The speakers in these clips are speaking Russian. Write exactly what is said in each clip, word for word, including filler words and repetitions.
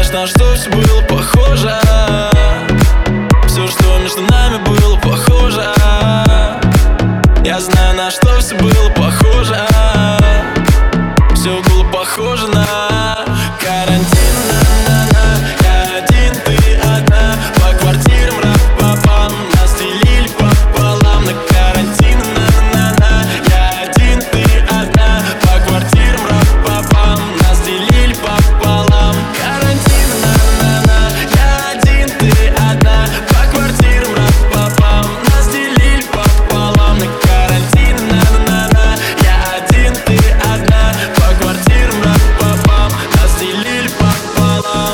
знаешь, на что все было похоже. Все, что между нами было похоже. Я знаю, на что все было похоже. Все было похоже на карантин. На-на-на. Я один, ты одна. По квартирам рап-папам нас делили пополам на карантин. На-на-на. Я один, ты одна. По квартирам рап-папам нас делили пополам. Карантин. На-на-на. Я один, ты одна. По квартирам рап-папам нас делили пополам на карантин. На-на-на. Я один, ты одна. По квартирам рап-папам нас делили пополам.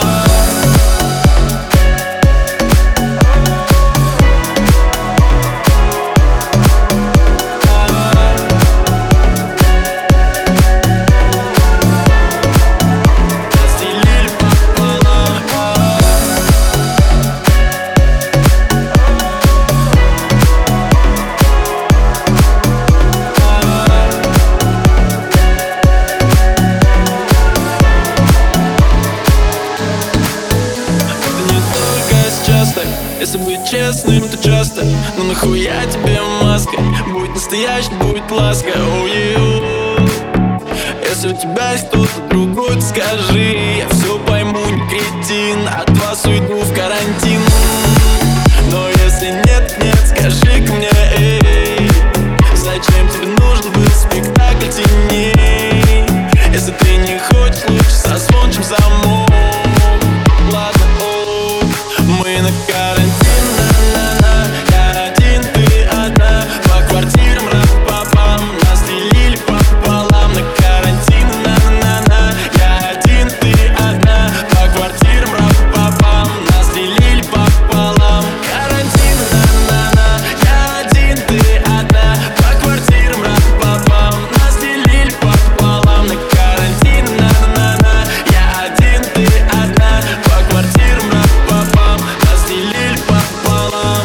Если быть честным, то часто. Но нахуя тебе маска? Будь настоящий, будь ласка. Oh, если у тебя есть кто-то другой, то скажи. Я все пойму, не кретин. От вас уйду в карантин. Но если нет, нет, скажи-ка мне, эй, зачем тебе нужен был спектакль теней? Если ты не хочешь, лучше созвон, чем замок. Ладно, о, мы на карантин. На-на-на. Я один, ты одна. По квартирам рап-папам нас делили пополам на карантин. На-на-на. Я один, ты одна. По квартирам рап-папам нас делили пополам. Карантин. На-на-на. Я один, ты одна. По квартирам рап-папам нас делили пополам на карантин. На-на-на. Я один, ты одна. По квартирам рап-папам нас делили пополам.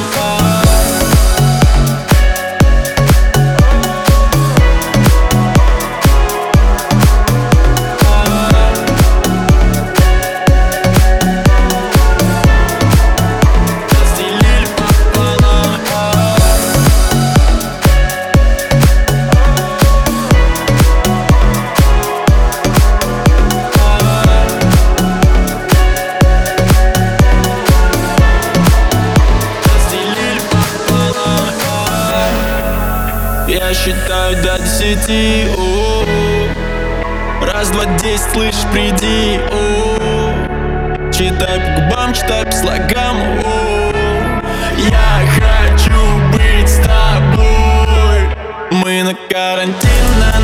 Я считаю до десяти. О-о-о. Раз, два, десять, слышишь, приди. О-о-о. Читай по губам, читай по слогам. О-о-о. Я хочу быть с тобой. Мы на карантине.